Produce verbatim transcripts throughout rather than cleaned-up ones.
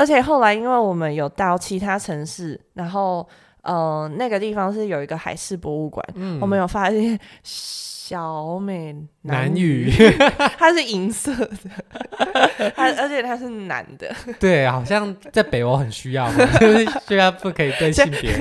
而且后来因为我们有到其他城市，然后呃那个地方是有一个海事博物馆、嗯、我们有发现小美男语它是银色的它而且它是男的对，好像在北欧很需要就是需要不可以对性别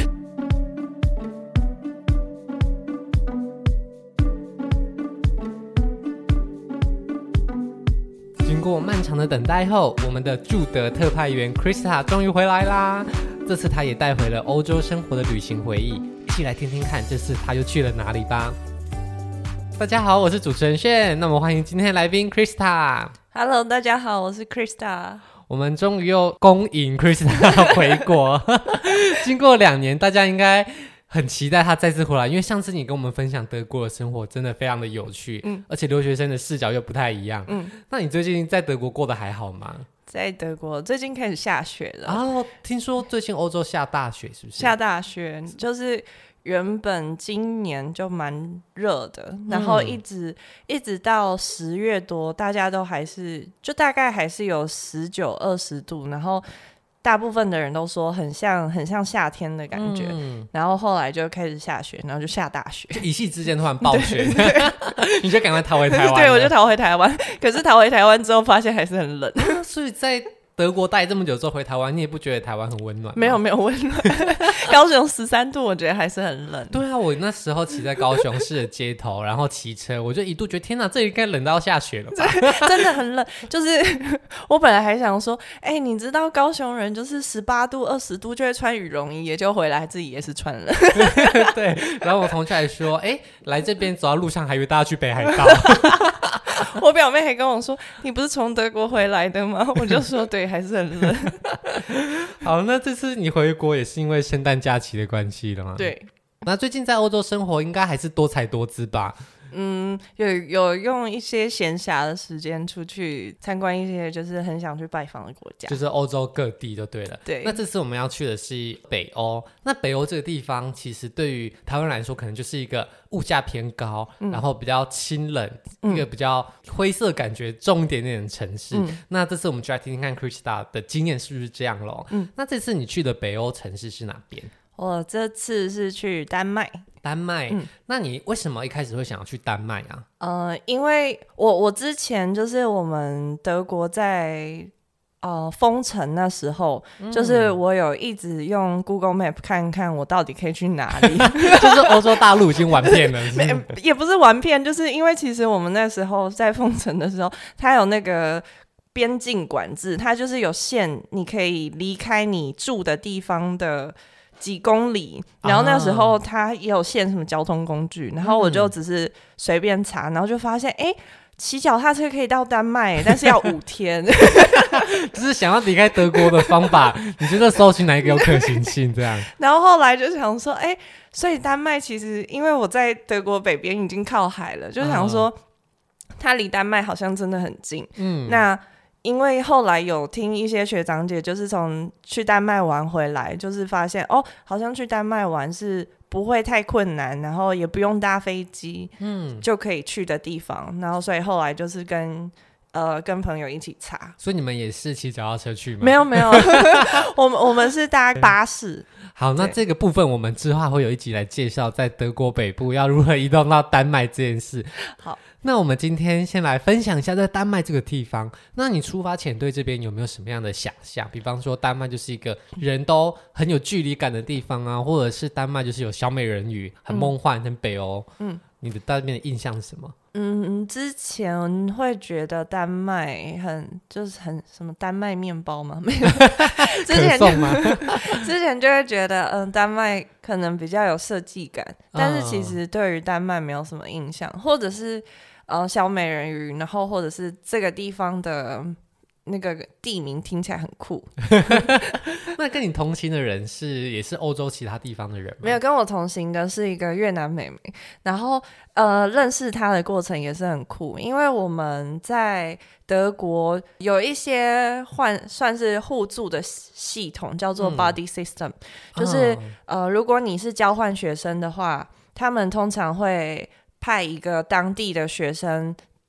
经过漫长的等待后，我们的驻德特派员 Krista 终于回来啦。这次她也带回了欧洲生活的旅行回忆，一起来听听看这次她又去了哪里吧。大家好，我是主持人炫，那么欢迎今天的来宾 Krista。 Hello， 大家好，我是 Krista。 我们终于又恭迎 Krista 回国经过两年，大家应该很期待他再次回来，因为上次你跟我们分享德国的生活真的非常的有趣、嗯、而且留学生的视角又不太一样、嗯、那你最近在德国过得还好吗？ 在德国最近开始下雪了。 哦，听说最近欧洲下大雪是不是？ 下大雪，就是原本今年就蛮热的、嗯、然后一直一直到十月多，大家都还是就大概还是有十九二十度，然后大部分的人都说很像很像夏天的感觉、嗯、然后后来就开始下雪，然后就下大雪， 就一夕之间突然暴雪你就赶快逃回台湾对，我就逃回台湾可是逃回台湾之后发现还是很冷所以在德国待这么久之后回台湾，你也不觉得台湾很温暖吗？ 没有没有温暖高雄十三度我觉得还是很冷。 对啊，我那时候骑在高雄市的街头然后骑车，我就一度觉得天哪，这里应该冷到下雪了吧真的很冷，就是我本来还想说哎、欸，你知道高雄人就是十八度二十度就会穿羽绒衣，也就回来自己也是穿了对，然后我同学还说哎、欸，来这边走到路上还以为大家去北海道我表妹还跟我说你不是从德国回来的吗？我就说对，还是很冷好，那这次你回国也是因为圣诞假期的关系了吗？ 对。 那最近在欧洲生活应该还是多才多姿吧？ 嗯，有有用一些闲暇的时间出去参观一些就是很想去拜访的国家， 就是欧洲各地就对了。 对， 那这次我们要去的是北欧。那北欧这个地方其实对于台湾来说可能就是一个物价偏高、嗯、然后比较清冷、嗯、一个比较灰色感觉重一点点的城市、嗯、那这次我们就来听听看 Krista 的经验是不是这样咯、嗯、那这次你去的北欧城市是哪边？ 我这次是去丹麦。 丹麦、嗯、那你为什么一开始会想要去丹麦啊？ 呃，因为我我之前就是我们德国在呃封城那时候、嗯、就是我有一直用 Google Map 看看我到底可以去哪里就是欧洲大陆已经玩遍了是不是？也不是玩遍，就是因为其实我们那时候在封城的时候它有那个边境管制，它就是有限你可以离开你住的地方的几公里，然后那时候他也有限什么交通工具、啊、然后我就只是随便查、嗯、然后就发现哎，骑脚踏车可以到丹麦但是要五天就是想要离开德国的方法你觉得搜寻哪一个有可行性这样然后后来就想说哎，所以丹麦其实因为我在德国北边已经靠海了，就想说、啊、它离丹麦好像真的很近。嗯，那因为后来有听一些学长姐就是从去丹麦玩回来，就是发现哦，好像去丹麦玩是不会太困难，然后也不用搭飞机、嗯、就可以去的地方，然后所以后来就是跟呃跟朋友一起查。 所以你们也是骑脚踏车去吗？ 没有没有我们我们是搭巴士。 好，那这个部分我们之后会有一集来介绍在德国北部要如何移动到丹麦这件事。 好， 那我们今天先来分享一下在丹麦这个地方，那你出发前对这边有没有什么样的想象？比方说丹麦就是一个人都很有距离感的地方啊，或者是丹麦就是有小美人鱼很梦幻、嗯、很北欧。嗯，你的丹麦的印象是什么？ 嗯，之前会觉得丹麦很就是很什么丹麦面包吗？没有之前就吗之前就会觉得嗯，丹麦可能比较有设计感、哦、但是其实对于丹麦没有什么印象，或者是呃小美人鱼，然后或者是这个地方的那个地名听起来很酷那跟你同行的人是也是欧洲其他地方的人吗？ 没有，跟我同行的是一个越南妹妹，然后呃认识她的过程也是很酷，因为我们在德国有一些换算是互助的系统叫做 buddy system、嗯、就是、哦、呃如果你是交换学生的话，他们通常会派一个当地的学生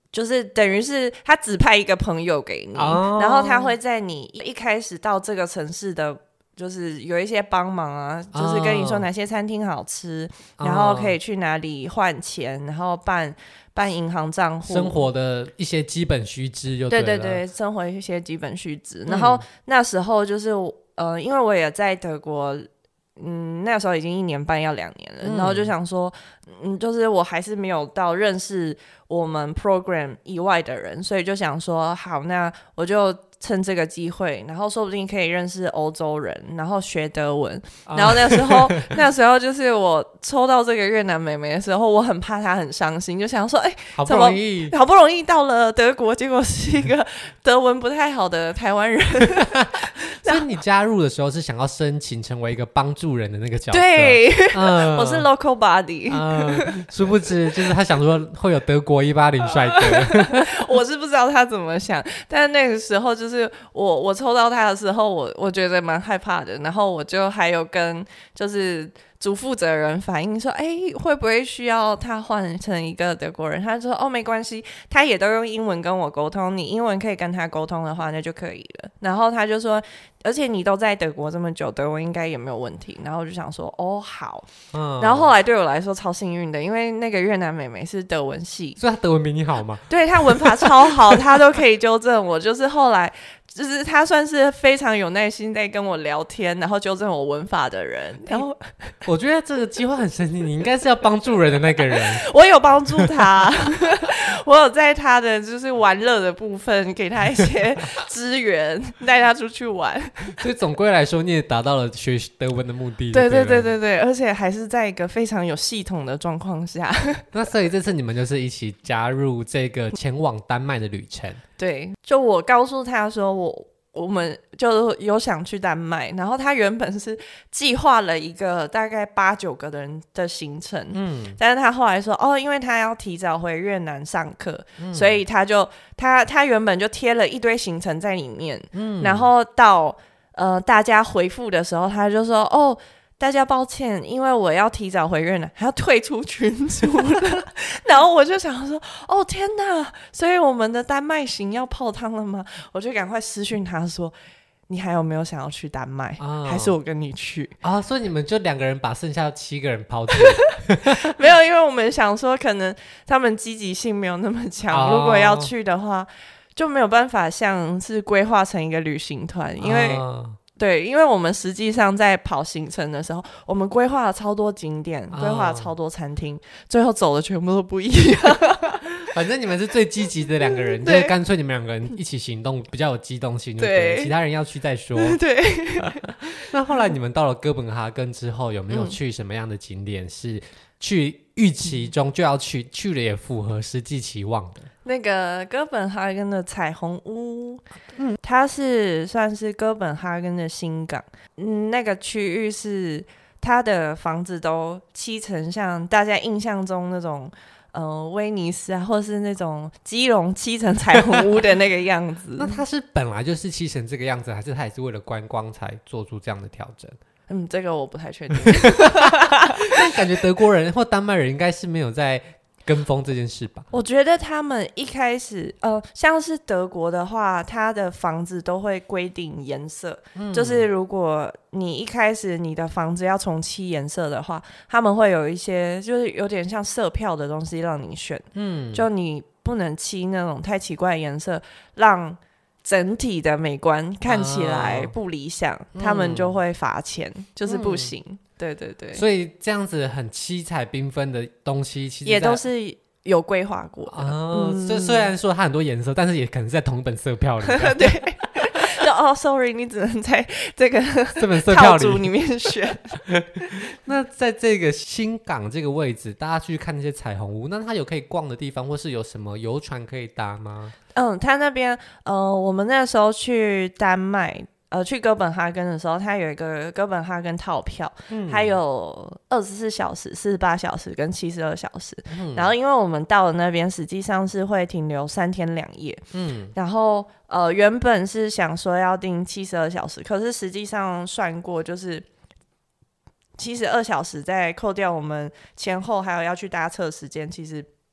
就是等于是他指派一个朋友给你，哦、然后他会在你一开始到这个城市的。就是有一些帮忙啊，就是跟你说哪些餐厅好吃，哦、然后可以去哪里换钱，然后办办银行账户， 生活的一些基本须知就对了。 对对对，生活一些基本须知。然后那时候就是呃，因为我也在德国。嗯，那时候已经一年半要两年了、嗯、然后就想说嗯，就是我还是没有到认识我们 program 以外的人，所以就想说好，那我就趁这个机会，然后说不定可以认识欧洲人，然后学德文、啊、然后那时候那时候就是我抽到这个越南妹妹的时候，我很怕她很伤心，就想说哎、欸， 好不容易好不容易到了德国，结果是一个德文不太好的台湾人所以你加入的时候是想要申请成为一个帮助人的那个角色？ 对、 嗯、 我是 local body、 嗯、殊不知就是他想说会有德国一八零帅哥我是不知道他怎么想，但那个时候就是我我抽到他的时候，我我觉得蛮害怕的，然后我就还有跟就是主负责人反映说，哎，会不会需要他换成一个德国人？他说，哦，没关系，他也都用英文跟我沟通，你英文可以跟他沟通的话，那就可以了。然后他就说，而且你都在德国这么久，德文应该也没有问题。然后我就想说，哦，好。嗯、然后后来对我来说超幸运的，因为那个越南妹妹是德文系， 所以她德文比你好吗？ 对，她文法超好，她都可以纠正我。就是后来。就是他算是非常有耐心在跟我聊天，然后纠正我文法的人。然后我觉得这个机会很神奇，你应该是要帮助人的那个人。 我有帮助他我有在他的就是玩乐的部分给他一些资源带他出去玩。 所以总归来说你也达到了学德文的目的。 对对对对对，而且还是在一个非常有系统的状况下。 那所以这次你们就是一起加入这个前往丹麦的旅程。 对，就我告诉他说我我们就有想去丹麦，然后他原本是计划了一个大概八九个人的行程，嗯，但是他后来说哦，因为他要提早回越南上课、嗯、所以他就他他原本就贴了一堆行程在里面，嗯，然后到呃大家回复的时候，他就说哦。大家抱歉，因为我要提早回越南，还要退出群组了。然后我就想说，哦天哪！所以我们的丹麦行要泡汤了吗？我就赶快私讯他说，你还有没有想要去丹麦？哦、还是我跟你去啊、哦？所以你们就两个人把剩下七个人抛弃？ 没有，因为我们想说，可能他们积极性没有那么强、哦，如果要去的话，就没有办法像是规划成一个旅行团，因为。哦对，因为我们实际上在跑行程的时候，我们规划了超多景点，规划了超多餐厅、哦，最后走的全部都不一样。 反正你们是最积极的两个人，就是干脆你们两个人一起行动，比较有机动性，对，对，其他人要去再说。 对。 那后来你们到了哥本哈根之后，有没有去什么样的景点是去预期中就要去，去了也符合实际期望的？ 那个哥本哈根的彩虹屋，嗯，它是算是哥本哈根的新港，嗯，那个区域是它的房子都漆成像大家印象中那种呃威尼斯啊，或是那种基隆漆成彩虹屋的那个样子。 那它是本来就是漆成这个样子，还是它也是为了观光才做出这样的调整？ 嗯，这个我不太确定。 但感觉德国人或丹麦人应该是没有在跟风这件事吧？ 我觉得他们一开始呃，像是德国的话，它的房子都会规定颜色、嗯、就是如果你一开始你的房子要重漆颜色的话，他们会有一些就是有点像色票的东西让你选，嗯，就你不能漆那种太奇怪的颜色，让整体的美观看起来不理想、啊、他们就会罚钱、嗯、就是不行、嗯，对对对， 所以这样子很七彩缤纷的东西其实也都是有规划过的、 哦嗯、虽然说它很多颜色，但是也可能在同一本色票里对就哦 sorry 你只能在这个这本色票里套组里面选那在这个新港这个位置大家去看那些彩虹屋，那它有可以逛的地方，或是有什么游船可以搭吗？ 嗯，他那边呃我们那时候去丹麦呃，去哥本哈根的时候，它有一个哥本哈根套票，嗯、它有二十四小时、四十八小时跟七十二小时、嗯。然后，因为我们到了那边，实际上是会停留三天两夜。嗯，然后呃，原本是想说要订七十二小时，可是实际上算过，就是七十二小时再扣掉我们前后还有要去搭车的时间，其实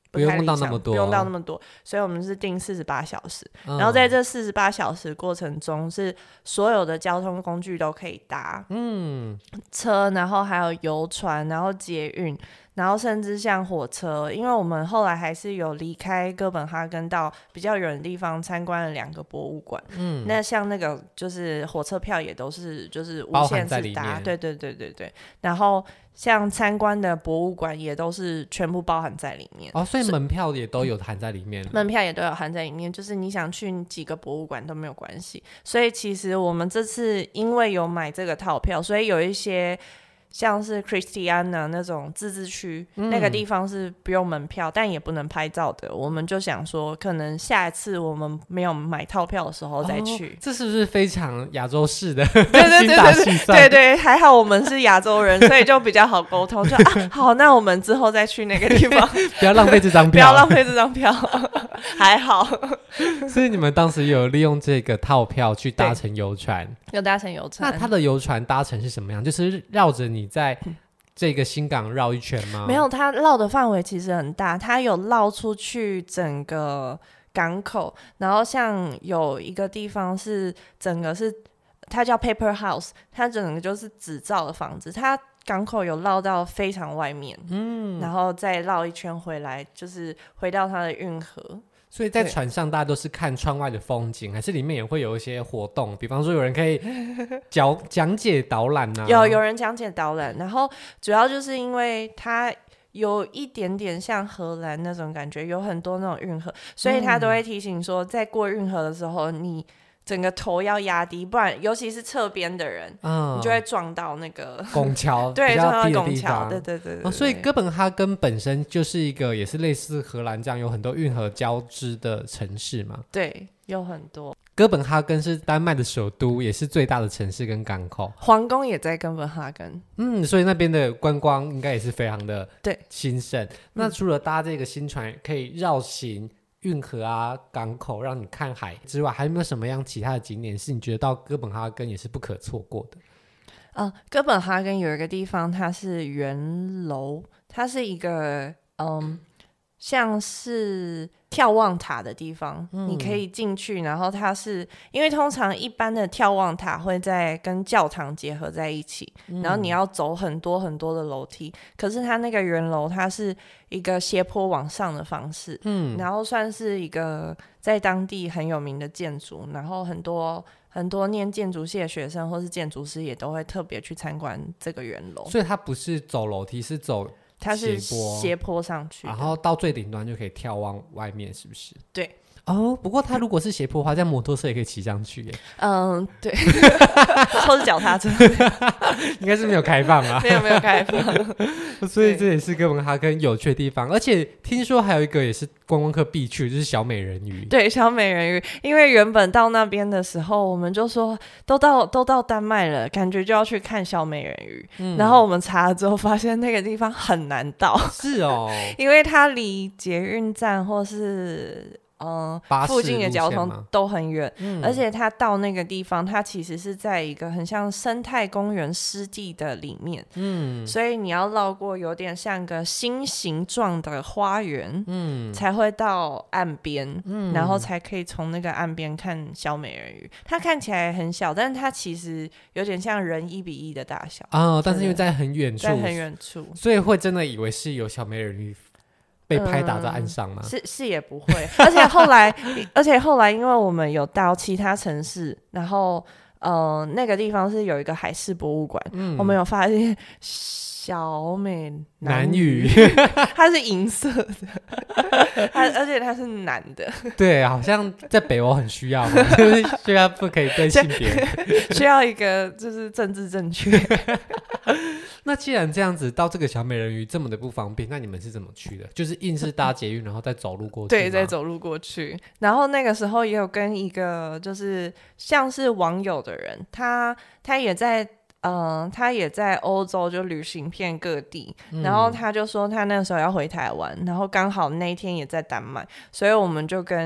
不用到那么多， 不用到那么多，所以我们是定四十八小时、嗯、然后在这四十八小时过程中是所有的交通工具都可以搭，嗯，车，然后还有游船，然后捷运，然后甚至像火车，因为我们后来还是有离开哥本哈根到比较远的地方参观了两个博物馆，嗯，那像那个就是火车票也都是就是无限制搭，对对对对对，然后像参观的博物馆也都是全部包含在里面哦，所以门票也都有含在里面， 门票也都有含在里面，就是你想去几个博物馆都没有关系。所以其实我们这次因为有买这个套票，所以有一些像是 Christiana 那种自治区、嗯、那个地方是不用门票但也不能拍照的，我们就想说可能下一次我们没有买套票的时候再去、哦、 这是不是非常亚洲式的对对对对对对对，还好我们是亚洲人所以就比较好沟通就啊好，那我们之后再去那个地方不要浪费这张票不要浪费这张票还好所以你们当时有利用这个套票去搭乘游船， 有搭乘游船。 那它的游船搭乘是什么样？就是绕着你在这个新港绕一圈吗？ 没有，它绕的范围其实很大，它有绕出去整个港口，然后像有一个地方是整个是它叫 Paper House， 它整个就是纸造的房子，它港口有绕到非常外面，嗯，然后再绕一圈回来，就是回到它的运河。 所以在船上大家都是看窗外的风景，还是里面也会有一些活动，比方说有人可以讲讲解导览啊？ 有有人讲解导览，然后主要就是因为它有一点点像荷兰那种感觉，有很多那种运河，所以他都会提醒说在过运河的时候你整个头要压低，不然尤其是侧边的人、嗯、你就会撞到那个拱桥对， 比较低的地方，对对 对, 对, 对、哦、 所以哥本哈根本身就是一个也是类似荷兰这样有很多运河交织的城市嘛。 对，有很多。 哥本哈根是丹麦的首都，也是最大的城市跟港口， 皇宫也在哥本哈根， 嗯，所以那边的观光应该也是非常的兴盛。 对， 那除了搭这个新船可以绕行运河啊港口让你看海之外，还有没有什么样其他的景点是你觉得到哥本哈根也是不可错过的？ 呃、哥本哈根有一个地方它是圆楼，它是一个嗯像是眺望塔的地方、嗯、你可以进去，然后它是因为通常一般的眺望塔会在跟教堂结合在一起、嗯、然后你要走很多很多的楼梯，可是它那个圆楼它是一个斜坡往上的方式、嗯、然后算是一个在当地很有名的建筑，然后很多很多念建筑系的学生或是建筑师也都会特别去参观这个圆楼。 所以它不是走楼梯，是走它是斜坡上去， 然后到最顶端就可以眺望外面，是不是？ 对。 哦，不过它如果是斜坡的话，这样摩托车也可以骑上去耶。 嗯，对，或是脚踏车， 应该是没有开放啊， 没有没有开放， 所以这也是哥本哈根有趣的地方。而且听说还有一个也是观光客必去，就是小美人鱼。 对，小美人鱼，因为原本到那边的时候，我们就说都到都到丹麦了，感觉就要去看小美人鱼、嗯、然后我们查了之后发现那个地方很难到。 是哦，因为它离捷运站或是嗯，附近的交通都很远、嗯、而且它到那个地方它其实是在一个很像生态公园湿地的里面、嗯、所以你要绕过有点像个心形状的花园、嗯、才会到岸边、嗯、然后才可以从那个岸边看小美人鱼。它看起来很小，但是它其实有点像人一比一的大小、 哦、但是因为在很远处， 在很远处， 所以会真的以为是有小美人鱼被拍打在岸上吗？ 嗯、是是也不会，而且后来，而且后来，因为我们有到其他城市，然后呃，那个地方是有一个海事博物馆、嗯，我们有发现小美男女， 它是银色的，它而且它是男的， 对，好像在北欧很需要嘛，就是需要不可以对性别， 需要一个就是政治正确。 那既然这样子，到这个小美人鱼这么的不方便，那你们是怎么去的？就是硬是搭捷运然后再走路过去？ 对，再走路过去。然后那个时候也有跟一个就是像是网友的人，他他也在嗯，他也在欧洲就旅行遍各地、嗯、然后他就说他那时候要回台湾，然后刚好那一天也在丹麦，所以我们就跟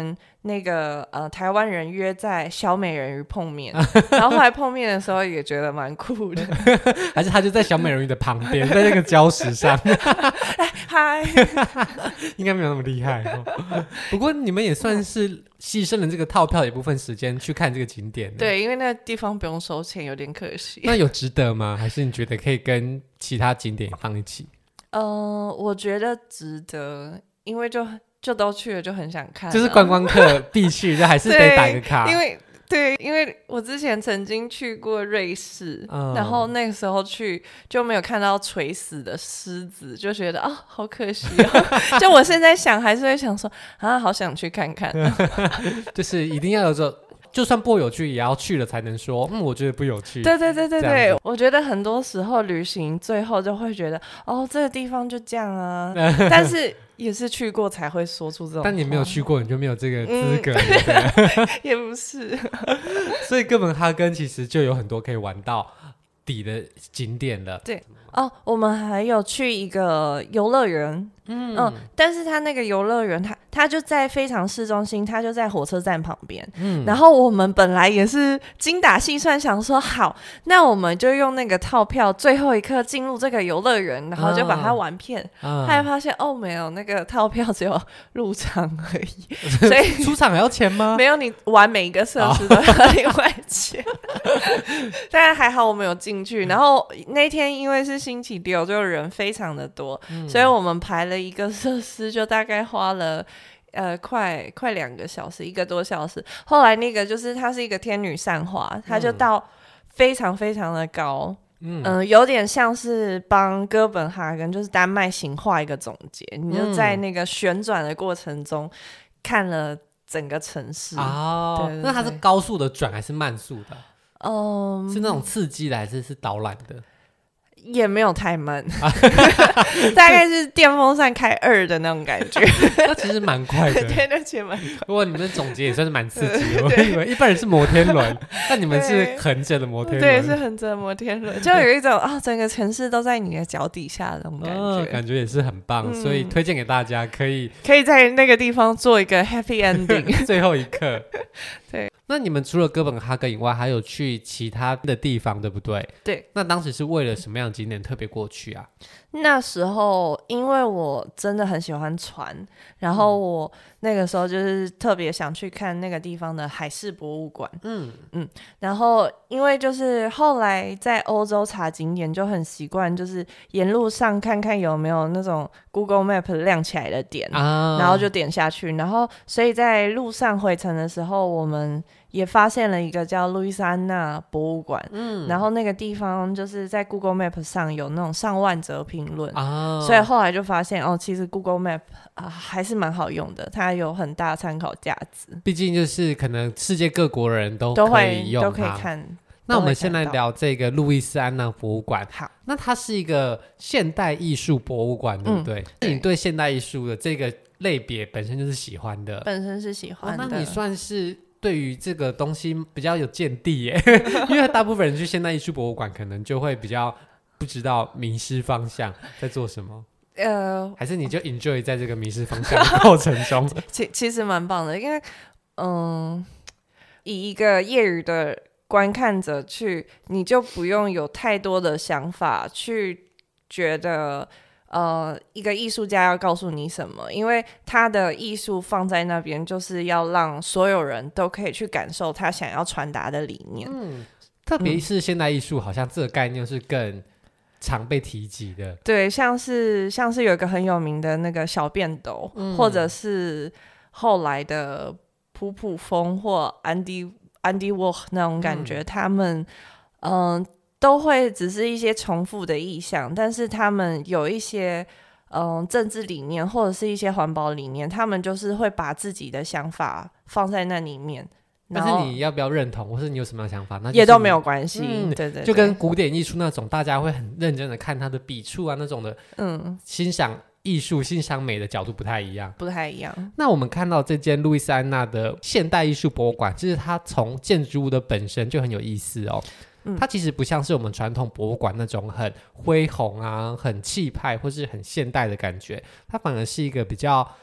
那个呃台湾人约在小美人鱼碰面，然后后来碰面的时候也觉得蛮酷的。 还是他就在小美人鱼的旁边，在那个礁石上。 嗨， 应该没有那么厉害、哦、不过你们也算是牺牲了这个套票的一部分时间去看这个景点。 对，因为那个地方不用收钱，有点可惜。 那有值得吗？还是你觉得可以跟其他景点放一起？ 呃，我觉得值得，因为就就都去了，就很想看、啊， 就是观光客必去，就还是得打个卡。 因为对，因为我之前曾经去过瑞士、嗯、然后那个时候去就没有看到垂死的狮子，就觉得啊、哦、好可惜哦。就我现在想还是会想说啊好想去看看。 就是一定要有这就算不有趣也要去了才能说嗯我觉得不有趣。 对对对对对，我觉得很多时候旅行最后就会觉得哦这个地方就这样啊，但是也是去过才会说出这种话， 但你没有去过你就没有这个资格、嗯、 对对也不是。 所以哥本哈根其实就有很多可以玩到底的景点了。 对哦，我们还有去一个游乐园，嗯嗯，但是他那个游乐园，他他就在非常市中心，他就在火车站旁边。嗯，然后我们本来也是精打细算，想说好，那我们就用那个套票，最后一刻进入这个游乐园，然后就把它玩遍。后来、啊、发现哦，没有，那个套票只有入场而已，所以出场还要钱吗？ 没有，你玩每一个设施都要另外钱。但还好我们有进去，然后那天因为是星期六，就人非常的多、嗯、所以我们排了一个设施，就大概花了呃快快两个小时，一个多小时。后来那个就是它是一个天女散花，它就到非常非常的高，嗯、呃，有点像是帮哥本哈根就是丹麦行画一个总结，你就在那个旋转的过程中看了整个城市。哦，对对对， 那它是高速的转还是慢速的？ 嗯， 是那种刺激的还是是导览的？ 也没有太慢，大概是电风扇开二的那种感觉。 那其实蛮快的。 对，那其实蛮快。 不过你们的总结也算是蛮刺激的。我以为一般人是摩天轮，但你们是横着的摩天轮。 对，是横着的摩天轮，就有一种啊，整个城市都在你的脚底下的那种感觉，哦、 感觉也是很棒、嗯，所以推荐给大家，可以可以在那个地方做一个 happy ending， 最后一刻。 对。 那你们除了哥本哈根以外，还有去其他的地方，对不对？ 对。 那当时是为了什么样的景点特别过去啊？ 那时候因为我真的很喜欢船，然后我那个时候就是特别想去看那个地方的海事博物馆。嗯嗯，然后因为就是后来在欧洲查景点就很习惯，就是沿路上看看有没有那种 Google Map 亮起来的点、啊、然后就点下去，然后所以在路上回程的时候我们也发现了一个叫路易斯安那博物馆。嗯，然后那个地方就是在 Google Map 上有那种上万则评论、哦、所以后来就发现哦，其实 Google Map、呃、还是蛮好用的，它有很大参考价值， 毕竟就是可能世界各国人都可以用它， 都可以看。 那我们现在聊这个路易斯安那博物馆。 好， 那它是一个现代艺术博物馆，对不对？嗯、你对现代艺术的这个类别本身就是喜欢的， 本身是喜欢的、哦、 那你算是对于这个东西比较有见地耶。因为大部分人去现代艺术博物馆可能就会比较不知道迷失方向在做什么。呃，还是你就 enjoy 在这个迷失方向的过程中？ 其其实蛮棒的，因为嗯，以一个业余的观看者去，你就不用有太多的想法去觉得呃，一个艺术家要告诉你什么，因为他的艺术放在那边就是要让所有人都可以去感受他想要传达的理念。嗯， 特别是现代艺术、嗯、好像这个概念是更常被提及的。 对，像是像是有一个很有名的那个小便斗、嗯、或者是后来的普普风或安迪安迪沃那种感觉、嗯、他们嗯、呃都会只是一些重复的意象，但是他们有一些嗯政治理念或者是一些环保理念，他们就是会把自己的想法放在那里面。 但是你要不要认同，或是你有什么想法，那也都没有关系。嗯，对 对, 对， 就跟古典艺术那种大家会很认真的看他的笔触啊那种的，嗯，欣赏艺术、欣赏美的角度不太一样， 不太一样。 那我们看到这间路易斯安那的现代艺术博物馆，其实它从建筑物的本身就很有意思哦。嗯、它其实不像是我们传统博物馆那种很恢宏啊、很气派或是很现代的感觉，它反而是一个比较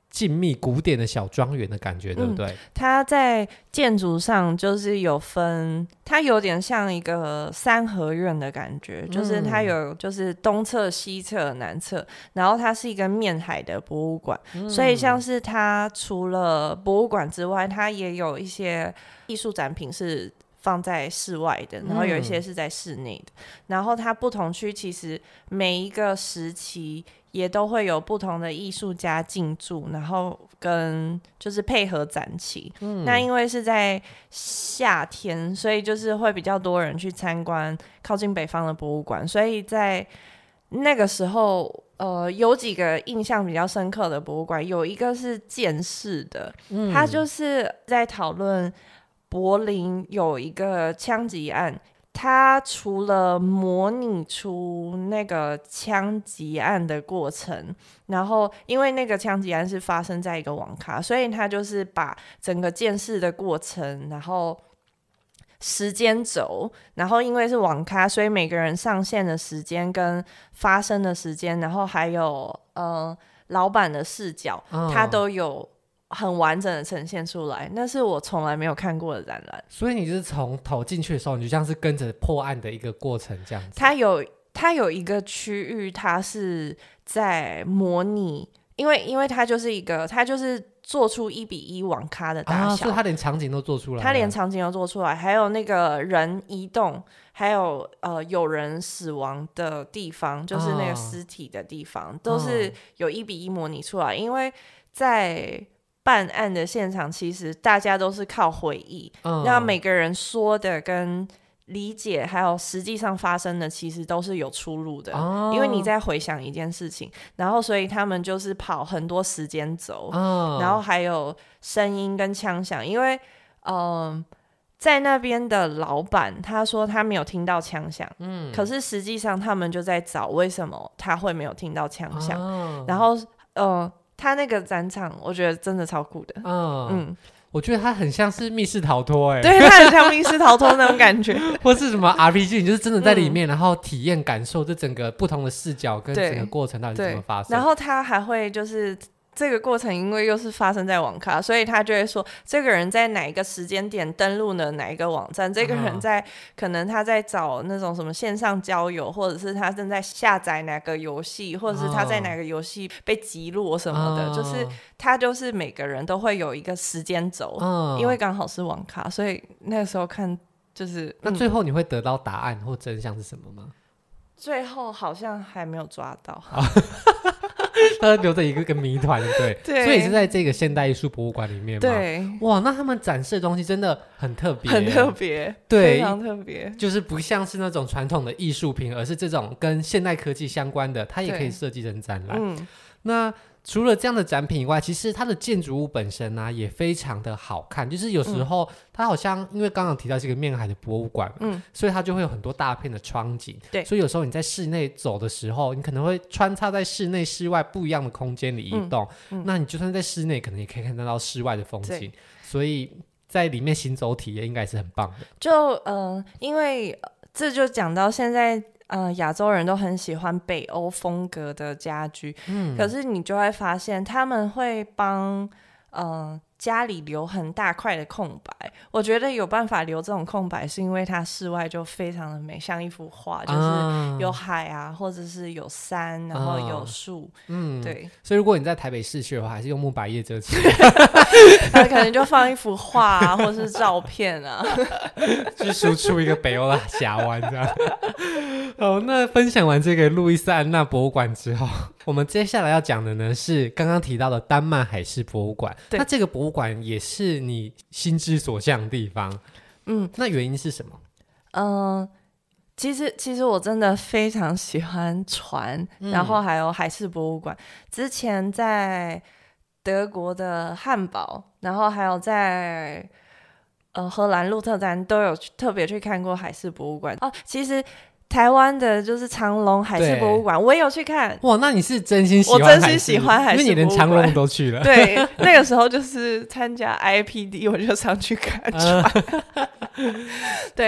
静谧古典的小庄园的感觉，对不对？嗯， 它在建筑上就是有分，它有点像一个三合院的感觉，嗯，就是它有就是东侧西侧南侧，然后它是一个面海的博物馆，嗯，所以像是它除了博物馆之外，它也有一些艺术展品是放在室外的，然后有一些是在室内的，嗯，然后它不同区其实每一个时期也都会有不同的艺术家进驻，然后跟就是配合展期，嗯，那因为是在夏天，所以就是会比较多人去参观靠近北方的博物馆，所以在那个时候呃，有几个印象比较深刻的博物馆，有一个是建市的，嗯，它就是在讨论柏林有一个枪击案，他除了模拟出那个枪击案的过程，然后因为那个枪击案是发生在一个网咖，所以他就是把整个建市的过程，然后时间轴，然后因为是网咖，所以每个人上线的时间跟发生的时间，然后还有呃老板的视角，哦，他都有很完整的呈现出来，那是我从来没有看过的展览。 所以你就是从头进去的时候，你就像是跟着破案的一个过程这样子。 它有它有一个区域，它是在模拟，因为因为它就是一个，它就是做出一比一网咖的大小， 啊，所以它连场景都做出来了。 它连场景都做出来，还有那个人移动，还有呃有人死亡的地方，就是那个尸体的地方，啊，都是有一比一模拟出来，因为在办案的现场其实大家都是靠回忆，嗯，那每个人说的跟理解还有实际上发生的其实都是有出入的，哦，因为你在回想一件事情，然后所以他们就是跑很多时间轴，哦，然后还有声音跟枪响，因为嗯，在那边的老板他说他没有听到枪响，嗯，可是实际上他们就在找为什么他会没有听到枪响，哦，然后呃他那个展场我觉得真的超酷的， 嗯嗯，我觉得它很像是密室逃脱，哎， 对，它很像密室逃脱那种感觉， 或是什么 R P G， 你就是真的在里面，嗯，然后体验感受这整个不同的视角跟整个过程到底怎么发生， 然后他还会就是这个过程因为又是发生在网咖，所以他就会说这个人在哪一个时间点登录了哪一个网站，这个人在、嗯、可能他在找那种什么线上交友，或者是他正在下载哪个游戏，或者是他在哪个游戏被击落什么的、嗯、就是他就是每个人都会有一个时间轴、嗯、因为刚好是网咖，所以那个时候看就是、嗯、 那最后你会得到答案或真相是什么吗？ 最后好像还没有抓到他留着一个个谜团，对，对，所以是在这个现代艺术博物馆里面嘛。 对， 哇，那他们展示的东西真的很特别， 很特别， 对， 非常特别， 就是不像是那种传统的艺术品，而是这种跟现代科技相关的，它也可以设计成展览。嗯，那除了这样的展品以外，其实它的建筑物本身呢、啊、也非常的好看，就是有时候它好像、嗯、因为刚刚提到这个面海的博物馆嘛、嗯、所以它就会有很多大片的窗景，对，所以有时候你在室内走的时候，你可能会穿插在室内室外不一样的空间里移动、嗯嗯、那你就算在室内可能也可以看得到室外的风景，所以在里面行走体验应该是很棒的。 就呃，因为这就讲到现在呃，亚洲人都很喜欢北欧风格的家居、嗯、可是你就会发现他们会帮呃家里留很大块的空白，我觉得有办法留这种空白是因为它室外就非常的美，像一幅画、啊、就是有海啊，或者是有山，然后有树、啊、嗯，对， 所以如果你在台北市区的话还是用木百叶遮起那可能就放一幅画啊，或者是照片啊去输出一个北欧的峡湾这样好，那分享完这个路易斯安那博物馆之后，我们接下来要讲的呢是刚刚提到的丹麦海事博物馆。那这个博物馆也是你心之所向的地方，嗯，那原因是什么？ 嗯、呃，其实其实我真的非常喜欢船、嗯、然后还有海事博物馆。之前在德国的汉堡，然后还有在呃荷兰鹿特丹都有特别去看过海事博物馆哦。其实台湾的就是长隆海事博物馆我也有去看。 哇，那你是真心喜欢海事， 我真心喜欢海事博物馆， 因为你连长隆都去了。 对，那个时候就是参加 I P D 我就上去看船、呃、对，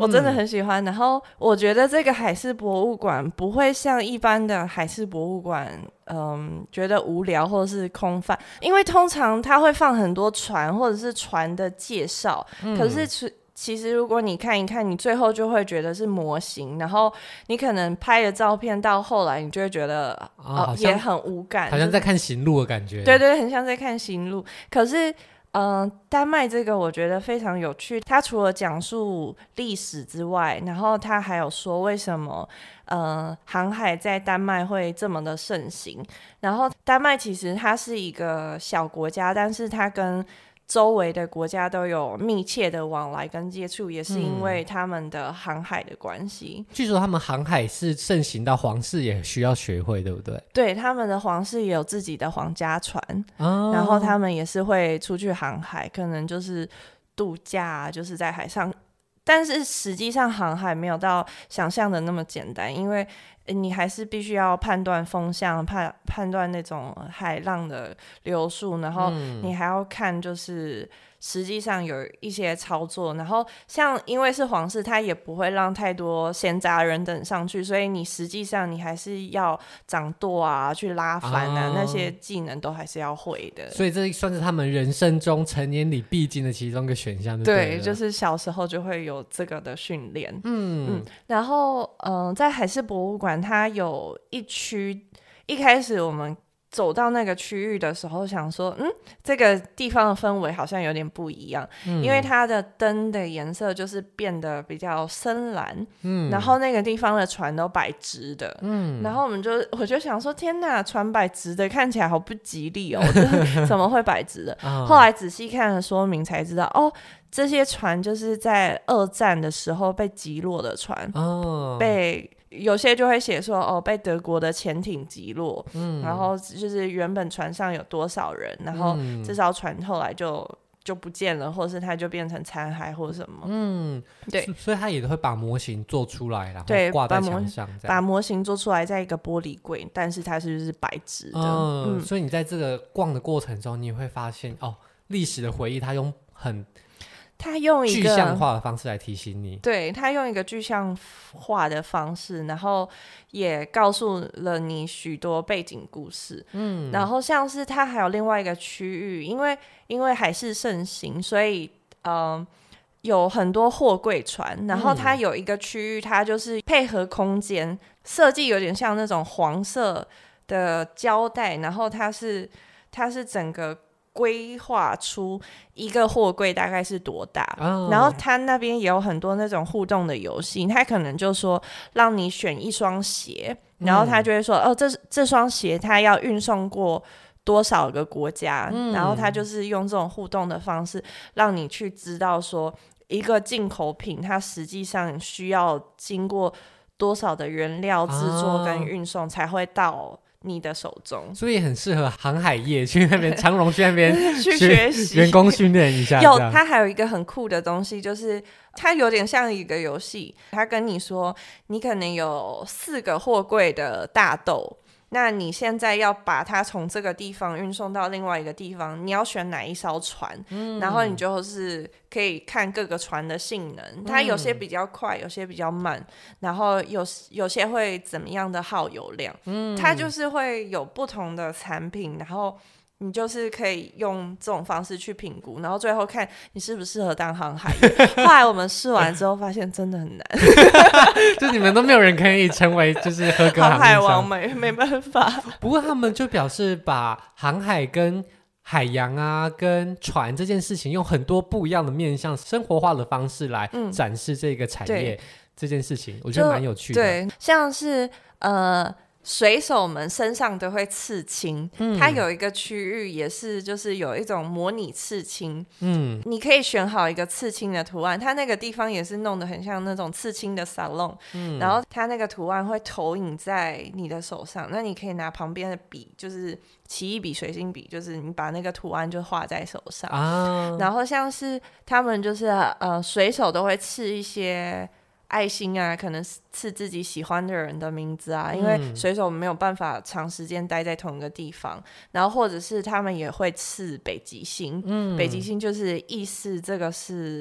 我真的很喜欢、嗯、然后我觉得这个海事博物馆不会像一般的海事博物馆嗯，觉得无聊或者是空泛，因为通常它会放很多船或者是船的介绍、嗯、可是其实如果你看一看，你最后就会觉得是模型，然后你可能拍的照片到后来你就会觉得、哦呃、也很无感， 好像在看行路的感觉。 对对，很像在看行路。可是嗯、呃，丹麦这个我觉得非常有趣，它除了讲述历史之外，然后它还有说为什么呃航海在丹麦会这么的盛行。然后丹麦其实它是一个小国家，但是它跟周围的国家都有密切的往来跟接触，也是因为他们的航海的关系、 嗯、据说他们航海是盛行到皇室也需要学会，对不对？ 对，他们的皇室也有自己的皇家船、哦、然后他们也是会出去航海，可能就是度假，就是在海上，但是实际上航海没有到想象的那么简单，因为你还是必须要判断风向，判判断那种海浪的流速，然后你还要看就是实际上有一些操作，然后像因为是皇室，他也不会让太多闲杂人等上去，所以你实际上你还是要掌舵啊，去拉帆啊、哦、那些技能都还是要会的， 所以这算是他们人生中成年礼必经的其中一个选项。对， 对，就是小时候就会有这个的训练。嗯嗯，然后嗯、呃，在海事博物馆它有一区，一开始我们走到那个区域的时候想说嗯，这个地方的氛围好像有点不一样、嗯、因为它的灯的颜色就是变得比较深蓝、嗯、然后那个地方的船都摆直的、嗯、然后我们就我就想说天哪，船摆直的看起来好不吉利哦怎么会摆直的、哦、后来仔细看了说明才知道哦，这些船就是在二战的时候被击落的船、哦、被有些就会写说哦，被德国的潜艇击落、嗯、然后就是原本船上有多少人，然后这艘船后来就就不见了，或是它就变成残骸或什么。嗯，对， 所以他也会把模型做出来，然后挂在墙上， 对，把模型做出来在一个玻璃柜，但是它是就是白纸的、 嗯嗯、所以你在这个逛的过程中你也会发现哦，历史的回忆它用很他用一个具象化的方式来提醒你， 对，他用一个具象化的方式，然后也告诉了你许多背景故事。嗯，然后像是他还有另外一个区域，因为因为海事盛行，所以嗯、呃、有很多货柜船，然后它有一个区域，它就是配合空间设计，有点像那种黄色的胶带，然后它是它是整个规划出一个货柜大概是多大、oh. 然后他那边也有很多那种互动的游戏，他可能就说让你选一双鞋，然后他就会说、嗯、哦，这这双鞋他要运送过多少个国家、嗯、然后他就是用这种互动的方式让你去知道说一个进口品它实际上需要经过多少的原料制作跟运送才会到你的手中， 所以很适合航海业去那边长荣去那边去学习员工训练一下。 有，它还有一个很酷的东西，就是它有点像一个游戏，它跟你说你可能有四个货柜的大豆，那你现在要把它从这个地方运送到另外一个地方，你要选哪一艘船、嗯、然后你就是可以看各个船的性能，它有些比较快，有些比较慢，然后有有些会怎么样的耗油量、嗯、它就是会有不同的产品，然后你就是可以用这种方式去评估，然后最后看你适不适合当航海业后来我们试完之后发现真的很难就你们都没有人可以成为就是合格航海王，没没办法。 不过他们就表示把航海跟海洋啊跟船这件事情用很多不一样的面向生活化的方式来展示这个产业、嗯、这件事情我觉得蛮有趣的。 对，像是呃水手们身上都会刺青、嗯、它有一个区域也是就是有一种模拟刺青，嗯，你可以选好一个刺青的图案，它那个地方也是弄得很像那种刺青的 salon、嗯、然后它那个图案会投影在你的手上，那你可以拿旁边的笔，就是奇异笔、水性笔，就是你把那个图案就画在手上、啊、然后像是他们就是呃水手都会刺一些爱心啊，可能刺自己喜欢的人的名字啊，因为水手没有办法长时间待在同一个地方，然后或者是他们也会刺北极星、嗯、北极星就是意思这个是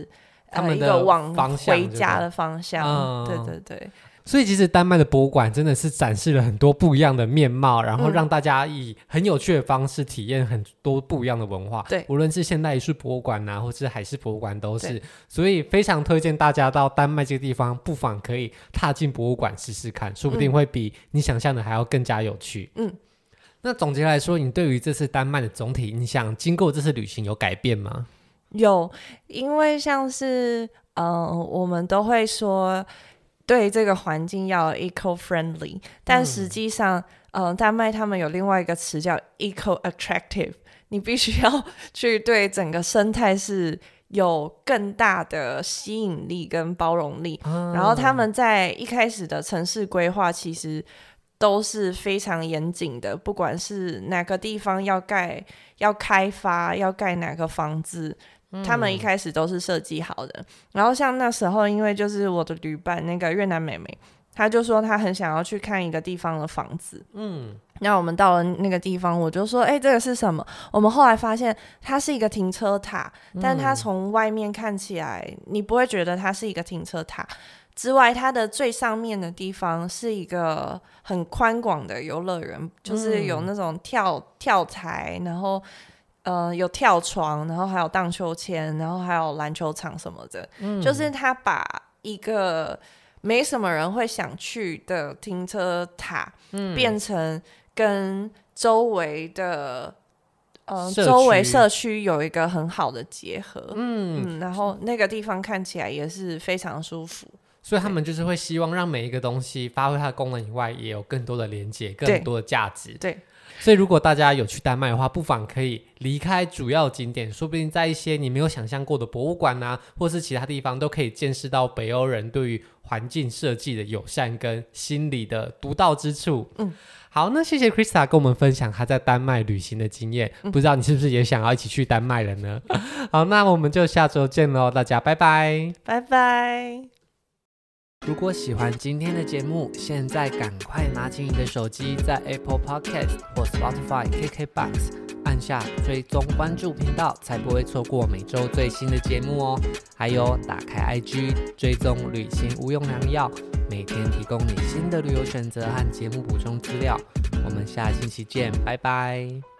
他们的呃、一个往方向回家的方向、嗯、对对对。 所以其实丹麦的博物馆真的是展示了很多不一样的面貌，然后让大家以很有趣的方式体验很多不一样的文化，对，无论是现代艺术博物馆啊或是海事博物馆都是，所以非常推荐大家到丹麦这个地方，不妨可以踏进博物馆试试看，说不定会比你想象的还要更加有趣。嗯，那总结来说，你对于这次丹麦的总体印象经过这次旅行有改变吗？ 有，因为像是呃我们都会说对这个环境要 eco-friendly， 但实际上、嗯呃、丹麦他们有另外一个词叫 eco-attractive， 你必须要去对整个生态是有更大的吸引力跟包容力、嗯、然后他们在一开始的城市规划其实都是非常严谨的，不管是哪个地方要盖要开发要盖哪个房子，他们一开始都是设计好的、嗯、然后像那时候因为就是我的旅伴那个越南妹妹，她就说她很想要去看一个地方的房子，嗯，那我们到了那个地方我就说哎、欸，这个是什么？我们后来发现它是一个停车塔，但它从外面看起来你不会觉得它是一个停车塔，之外它的最上面的地方是一个很宽广的游乐园，就是有那种跳跳台，然后呃，有跳床，然后还有荡秋千，然后还有篮球场什么的、嗯、就是他把一个没什么人会想去的停车塔、嗯、变成跟周围的呃周围社区有一个很好的结合， 嗯, 嗯然后那个地方看起来也是非常舒服， 所以他们就是会希望让每一个东西发挥它的功能以外也有更多的连结，更多的价值。 对, 对，所以如果大家有去丹麦的话，不妨可以离开主要景点，说不定在一些你没有想象过的博物馆啊或是其他地方都可以见识到北欧人对于环境设计的友善跟心理的独到之处。嗯，好，那谢谢 Krista 跟我们分享她在丹麦旅行的经验、嗯、不知道你是不是也想要一起去丹麦了呢？好，那我们就下周见咯，大家拜拜拜拜。 如果喜欢今天的节目，现在赶快拿起你的手机，在 Apple Podcast 或 Spotify、K K B O X 按下追踪关注频道，才不会错过每周最新的节目哦。还有打开 I G 追踪旅行无用良药，每天提供你新的旅游选择和节目补充资料。我们下星期见，拜拜。